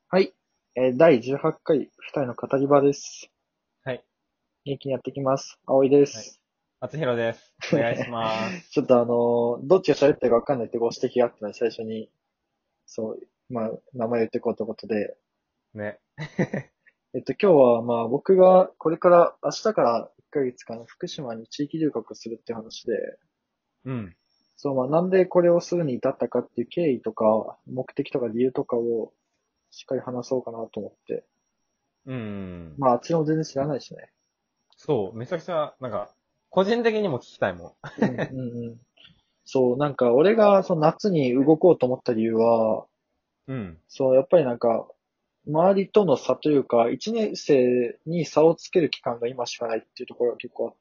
はい。第18回二人の語り場です。 はい。 元気にやっていきます。葵ではい。 す。 あつひろです。お願いします。 ちょっとどっちが喋ってるかわかんないってご指摘があったので、最初に、そう、まあ、名前言っていこうということで、 ね。 今日は、まあ、僕がこれから、明日から1ヶ月間、福島に地域留学するって話で、 うん。 そう、まあ、なんでこれをするに至ったかっていう経緯とか、目的とか理由とかをしっかり話そうかなと思って。 うん。 まあ、あっちも全然知らないしね。 そう。めちゃくちゃ、個人的にも聞きたいもうん、うん、うん。そう、なんか、俺がその夏に動こうと思った理由は、 ん。うん。 そう、やっぱりなんか、周りとの差というか、一年生に差をつける期間が今しかないっていうところが結構あって、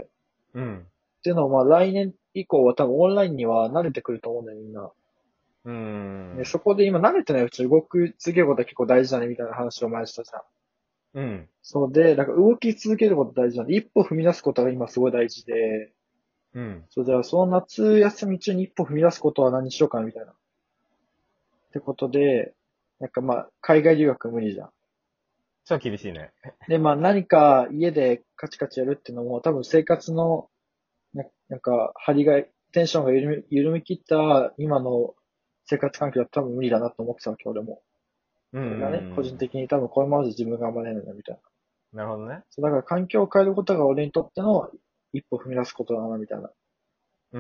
うん。 っていうのはまあ来年以降は多分オンラインには慣れてくると思うんだよ、みんな。 うで、 ん。 そこで今慣れてないうちに動き続けることは結構大事だね、みたいな話を前にしたじゃん。 うん。 そうで、なんか動き続けること大事なんで、一歩踏み出すことが今すごい大事で、 うん。 そう、じゃあその夏休み中に一歩踏み出すことは何しようかな、みたいな。ってことで、なんかまあ、海外留学無理じゃん。 超厳しいね。 で、まあ何か家でカチカチやるっていうのも多分生活の、なんか張りがい、テンションが緩み切った今の生活環境だと多分無理だなと思ってたわけ、俺も。 う俺がね、個人ん。 的に多分このままで自分が頑張れないんだみたいな。 なるほどね。 そう、だから環境を変えることが俺にとっての一歩踏み出すことだな、みたいな。 うん。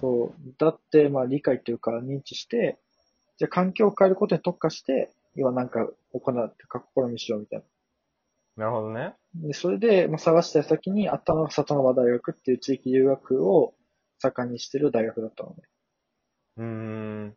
そう。だって、まあ理解というか認知して、じゃあ環境を変えることに特化して、今なんか行ってか試みしようみたいな。 なるほどね。 で、それで、まあ、探した先にあったのが里川大学っていう地域留学を盛んにしてる大学だったのね。 うん。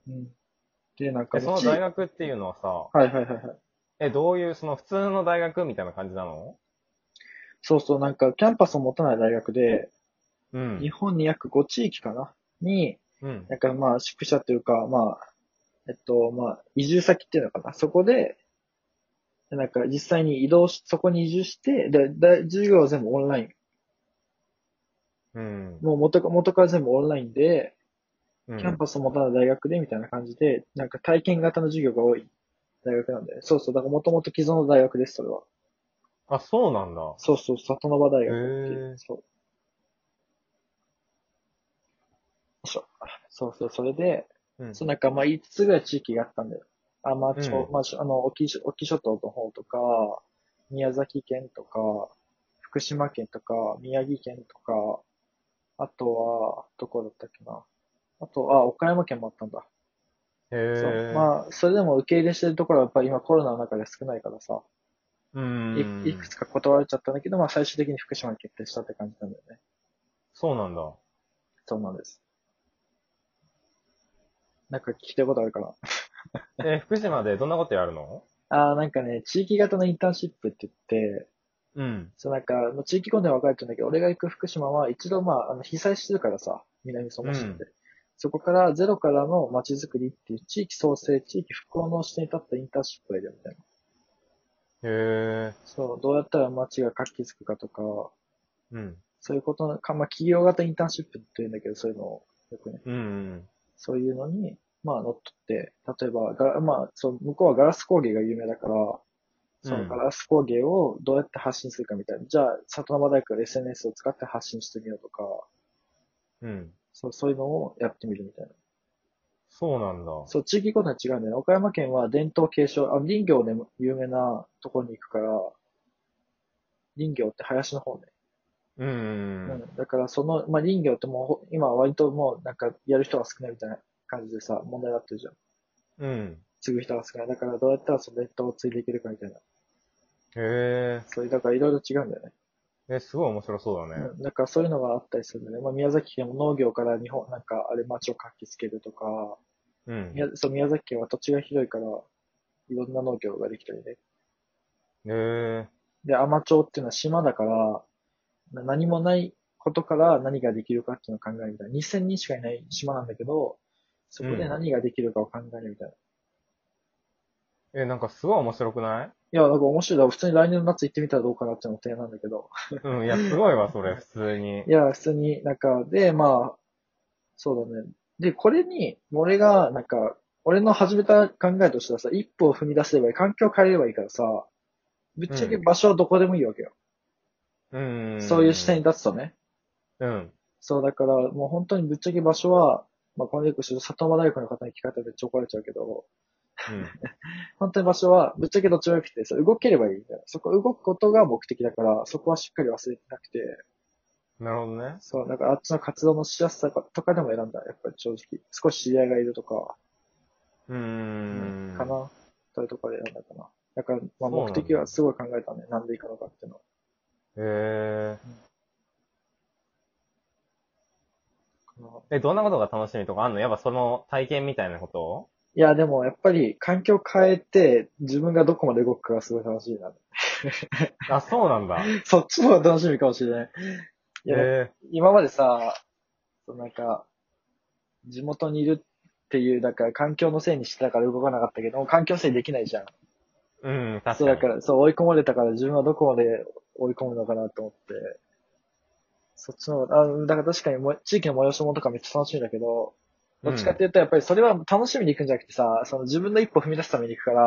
うん。で、なんかえ、その大もう学っていうのはさ、 はいはいはいはい。 どういう、その普通の大学みたいな感じなの？ そうそう、なんかキャンパスを持たない大学で、日うん。 本に約5地域かなに、 うん。 なんかまあ宿舎というか、まあ、まあ、移住先っていうのかな。そこで、なんか実際にそこに移住して、で、授業は全部オンライン。 うん。 もう元から全部オンラインで、キャンうん。 パスを持たない大学でみたいな感じで、なんか体験型の授業が多い大学なんだよね。そうそう。だからもともと既存の大学です、それは。 あ、そうなんだ。 そうそう、里の場大へ学っていう。 え。 そう。そうそう、それで、 うん。 そうなんかまあ5つぐらい地域があったんだよ。 うん。 まあ、沖諸島の方とか、宮崎県とか、福島県とか、宮城県とか、あとは、どこだったっけな。あと、岡山県もあったんだ。 へそう。 え。 まあ、それでも受け入れしてるところはやっぱり今コロナの中で少ないからさ、 うーいくつん。 か断られちゃったんだけど、まあ最終的に福島に決定したって感じなんだよね。 そうなんだ。 そうなんです。なんか聞きたいことあるかな。 福島でどんなことやるの？ なんかね、地域型のインターンシップって言って、 うん。 そうなんか、もう地域ごとに分かれてるんだけど、俺が行く福島は一度まあ、被災してるからさ、南相うん。 馬市って。そこからゼロからの街づくりっていう地域創生、地域復興の視点に立ったインターンシップがいるみたいな。 へえ。 そう、どうやったら街が活気づくかとか、 うん。 そういうことのか、まあ企業型インターンシップっていうんだけど、そういうのをよくね、 うん。 そういうのに、まあ乗っ取って、例えば、まあ、そう、向こうはガラス工芸が有名だから、そのガうん。 ラス工芸をどうやって発信するかみたいな。じゃあ、里山大学が SNS を使って発信してみようとか、 うん。 そういうのをやってみるみたいな。 そうなんだ。 そう、地域ごとに違うんだよね。岡山県は伝統継承、林業でも有名なところに行くから、林業って林の方ね。 うん。 うん。だからまあ、林業ってもう、今は割ともうなんかやる人が少ないみたいな感じでさ、問題になってるじゃん。 うん。 継ぐ人が少ない。だからどうやったらその伝統を継いでいけるかみたいな。 へえ。 そういう、だからいろいろ違うんだよね。 すごい面白そうだね。 うん。だからそういうのがあったりするんだよね。まあ、宮崎県も農業から日本、なんかあれ町を活気づけるとか、 うん。 宮崎県は土地が広いから、いろんな農業ができたりね。 へえ。 で、海士町っていうのは島だから、何もないことから何ができるかっていうのを考えるみたいな。2000人しかいない島なんだけど、そこでうん。 何ができるかを考えるみたいな。 なんかすごい面白くない？ いや、なんか面白いだ。普通に来年の夏行ってみたらどうかなっていうのも提案なんだけど。 うん。いや、すごいわ、それ、普通に。 いや、普通になんか、で、まあ、そうだね。で、これに、俺が、なんか、 俺の始めた考えとしてはさ、一歩を踏み出せばいい、環境を変えればいいからさ、ぶっちゃけ場所はどこでもいいわけよ。そういう視点に立つとね。 うん。 そう、だからもう本当にぶっちゃけ場所は、まあこのよく里山大学の方に聞かれたらめっちゃ怒られちゃうけど、 うん。 本当に場所はぶっちゃけどっちもよくて、そう動ければいいみたいな。そこ動くことが目的だから、そこはしっかり忘れてなくて、 なるほどね。 そう、だからあっちの活動のしやすさとかでも選んだ、やっぱり正直。少し知り合いがいるとか、かな。そういうところで選んだかな。だから、まあ目的はすごい考えたね。なんで行くのかっていうの。 へうんどんなことが楽しみとかあんの？やっぱその体験みたいなこと？ いや、でもやっぱり環境変えて自分がどこまで動くかがすごい楽しいな。 あ、そうなんだ。 そっちの方が楽しみかもしれない。いや、 へ今までさ、なんか、地元にいるっていう、だから環境のせいにしてたから動かなかったけど、環境のせいにできないじゃん。 うん、確そう、 かに。 だから、そう、追い込まれたから自分はどこまで追い込むのかなと思って、そっちの方が、だから確かに地域の催し物とかめっちゃ楽しみだけど、どっちかっていうと、やっぱりそれは楽しみに行くんじゃなくてさ、その自分の一歩踏み出すために行くから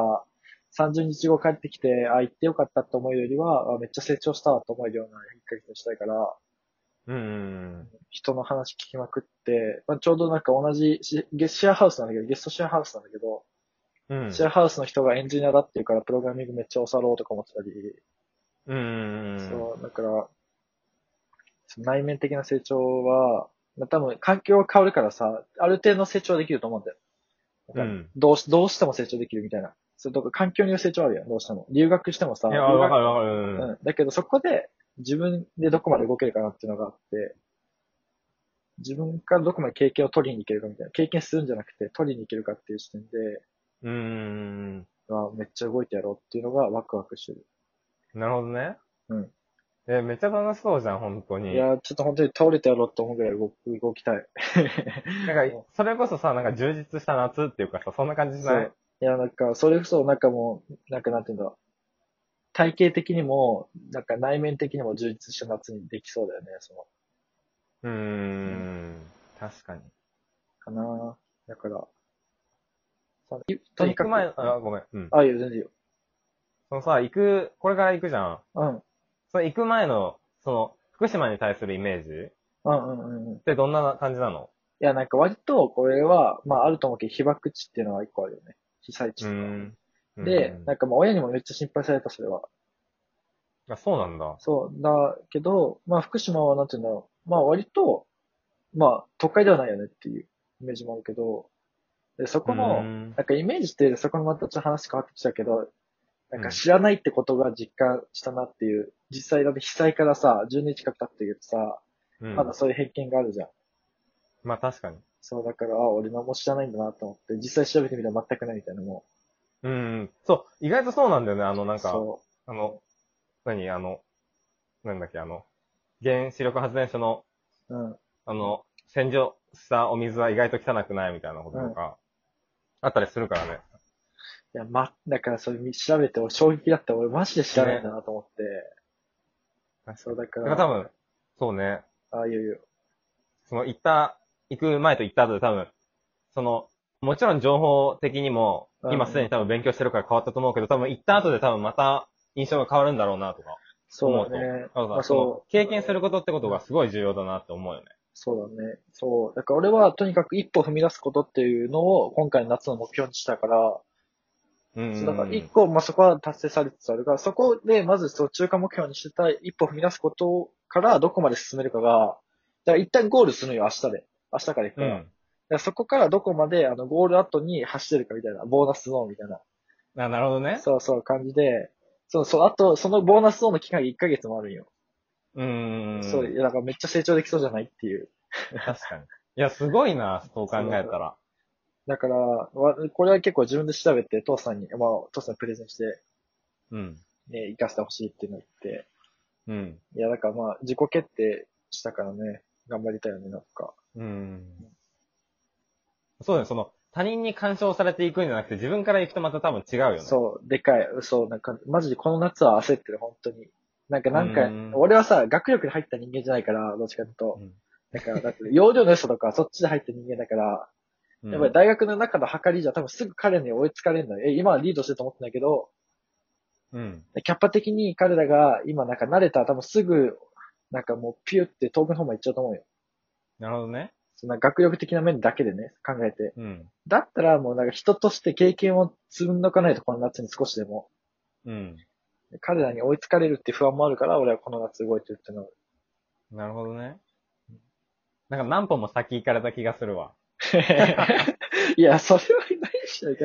、30日後帰ってきて、あ、行ってよかったって思うよりは、あ、めっちゃ成長したわと思えるような1ヶ月にしたいから、 うん。 人の話聞きまくって、まあ、ちょうどなんか同じシェアハウスなんだけど、ゲストシェアハウスなんだけど、 うん。 シェアハウスの人がエンジニアだっていうから、プログラミングめっちゃ教わろうとか思ってたり、 うん。 そう、だから、その内面的な成長は、まあ、多分環境が変わるからさ、ある程度の成長できると思うんだよ。なんかうん。 どうしても成長できるみたいな。それとか環境による成長あるやん、どうしても。留学してもさ、 いや、わかるわかる。 うん。だけどそこで自分でどこまで動けるかなっていうのがあって、自分からどこまで経験を取りに行けるかみたいな。経験するんじゃなくて取りに行けるかっていう視点で、 うん。 めっちゃ動いてやろうっていうのがワクワクしてる。 なるほどね。 うん。 めっちゃ楽しそうじゃん、本当に。 いや、ちょっと本当に倒れてやろうと思うぐらい動きたい。 なんか、それこそさ、なんか充実した夏っていうかさ、そんな感じしない？ そう。いや、なんか、それこそ、なんかもう、なんかなんていうんだ。体型的にも、なんか内面的にも充実した夏にできそうだよね、 うーうん、 ん。確かに。 かな。だから、とそれにかく、 行く前、あ、ごめん。うん。 あ、いいよ、全然いいよ。 そのさ、これから行くじゃん。 うん、 その行く前の、その、福島に対するイメージっうん、うん、うん。いてどんな感じなの？ や、なんか割と、これは、まあ、あると思うけど、被爆地っていうのは一個あるよね。被災地うーとか。 ん。うん、うで、 ん。 なんかまあ、親にもめっちゃ心配された、それは。 あ、そうなんだ。 そう、だけど、まあ、福島はなんていうんだろう。まあ、割と、まあ、都会ではないよねっていうイメージもあるけど、で、そうーこの、 ん。 なんかイメージってそこのまたちょっと話変わってきたけど、なんかうん。 知らないってことが実感したなっていう、実際だって被災からさ、10年近く経ってるけどさ、 うん。 まだそういう偏見があるじゃん。 まあ確かに。 そう、だから、あ、俺何も知らないんだなと思って、実際調べてみたら全くないみたいなのも、 うん。そう、意外とそうなんだよね。なんか、 そあの、なんだっけ、原子力発電所の、 う、うん、 洗浄したお水は意外と汚くないみたいなことうん。 とか、あったりするからね。 いや、だからそれ調べて俺衝撃だった。俺マジで知らないんね。 だなと思って、そう、 確かに。 だから、 だから多分、そうね。 ああいう、 その行く前と行った後で多分、その、もちろん情報的にも、今すでうんうん、 に多分勉強してるから変わったと思うけど、多分行った後で多分また印象が変わるんだろうなとか思うと。 そうだね。 だからその、 まあそう、 経験することってことうん、 がすごい重要だなって思うよね。 そうだね。そう。だから俺はとにかく一歩踏み出すことっていうのを今回の夏の目標にしたから、 うんそう、だからうん一個、まあ、そこは達成されつつあるが、そこで、まず、そう、中間目標にしてた一歩踏み出すことからどこまで進めるかが、だから一旦ゴールするのよ、明日で。明日から行くから。だかうん。 らそこからどこまで、ゴール後に走れるかみたいな、ボーナスゾーンみたいな。 あ、なるほどね。 そうそう、感じで、あと、そのボーナスゾーンの期間が1ヶ月もあるんよ。 うん。 そう、いや、だからめっちゃ成長できそうじゃないっていう。 確かに。いや、すごいな、そう考そう、 えたら。 だから、これは結構自分で調べて、父さんに、まあ、父さんにプレゼンして、 うん。 ね、活かしてほしいっていうのを言って、 うん。 いや、だからまあ、自己決定したからね、頑張りたいよね、なんか。 うん。そうだね、他人に干渉されていくんじゃなくて、自分から行くとまた多分違うよね。 そう、でかい、そう、なんか、マジでこの夏は焦ってる、本当に。なんか、 うん。 俺はさ、学力で入った人間じゃないから、どっちかというと。 うん。 だから、だって、容量の良さとか、そっちで入った人間だから、 うんやっぱり大学の中の計りじゃ多分すぐ彼に追いつかれるのよ。今はリードしてると思ってんだけど、 うん。 キャッパ的に彼らが今なんか慣れたら多分すぐ、なんかもうピュって遠くの方まで行っちゃうと思うよ。 なるほどね。 そんな学力的な面だけでね、考えて。 うん。 だったらもうなんか人として経験を積んどかないとこの夏に少しでも。 うん。 彼らに追いつかれるって不安もあるから、俺はこの夏動いてるっていうのは。 なるほどね。なんか何歩も先行かれた気がするわ。 いや、それはいないしないから、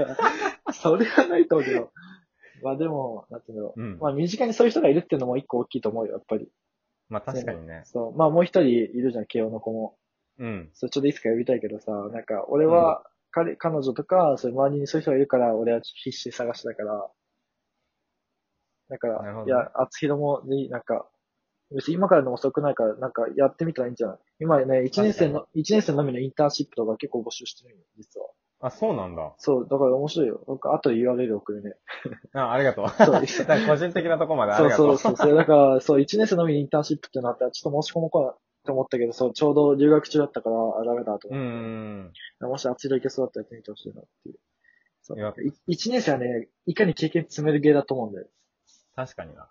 それはないと思うけど。まあでも、なんていうんだろう。 うんまあ身近にそういう人がいるっていうのも一個大きいと思うよ、やっぱり。 まあ確かにね。 そう。まあもう一人いるじゃん、慶応の子も。 うん。 それちょっといつか呼びたいけどさ、なんか俺うんは、彼女とか、そういう周りにそういう人がいるから、俺は必死に探してたから、だから、いや、 なるほどね。 厚弘も、ね、なんか、別に今からでも遅くないから、なんかやってみたらいいんじゃない今ね、 確かに。 一年生のみのインターンシップとか結構募集してるんよ、実は。 あ、そうなんだ。 そう、だから面白いよ。なんか後で URL 送るね。 あ、ありがとう。 そう、 なんか個人的なとこまであそうりがとう。 そうそう、それだから、そう、一年生のみにインターンシップってなったら、ちょっと申し込もうかなって思ったけど、そう、ちょうど留学中だったから、あ、ダメだとうー思っん。 て。もし厚弘行けそうだったらやってみてほしいなっていう。そう。 いや、 一年生はね、いかに経験積める芸だと思うんだよ。 確かにな。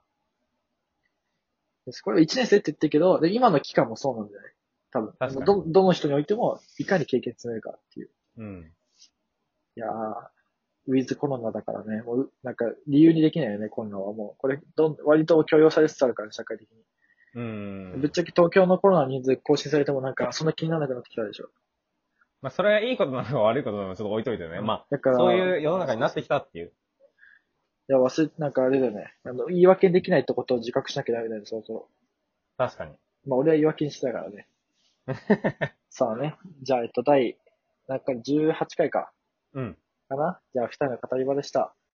これは一年生って言ってるけど、で、今の期間もそうなんだよね。多分。 確かにどの人においても、いかに経験積めるかっていう。 うん。 いやー、ウィズコロナだからね、もう、なんか、理由にできないよね、コロナはもう。これ、割と許容されつつあるから、社会的に。 うーん。 ぶっちゃけ東京のコロナ人数更新されてもなんか、そんな気にならなくなってきたでしょ。 まあそれはいいことなのか悪いことなのかちょっと置いといてね。まあ、 だから、 そういう世の中になってきたっていう。 いや、なんかあれだよね。言い訳できないってことを自覚しなきゃダメだよね、そうそ確かに。 う。まあ、俺は言い訳にしてたからね。さあね。じゃあ、なんか18回か。 うん。 かなじゃあ、二人の語り場でした。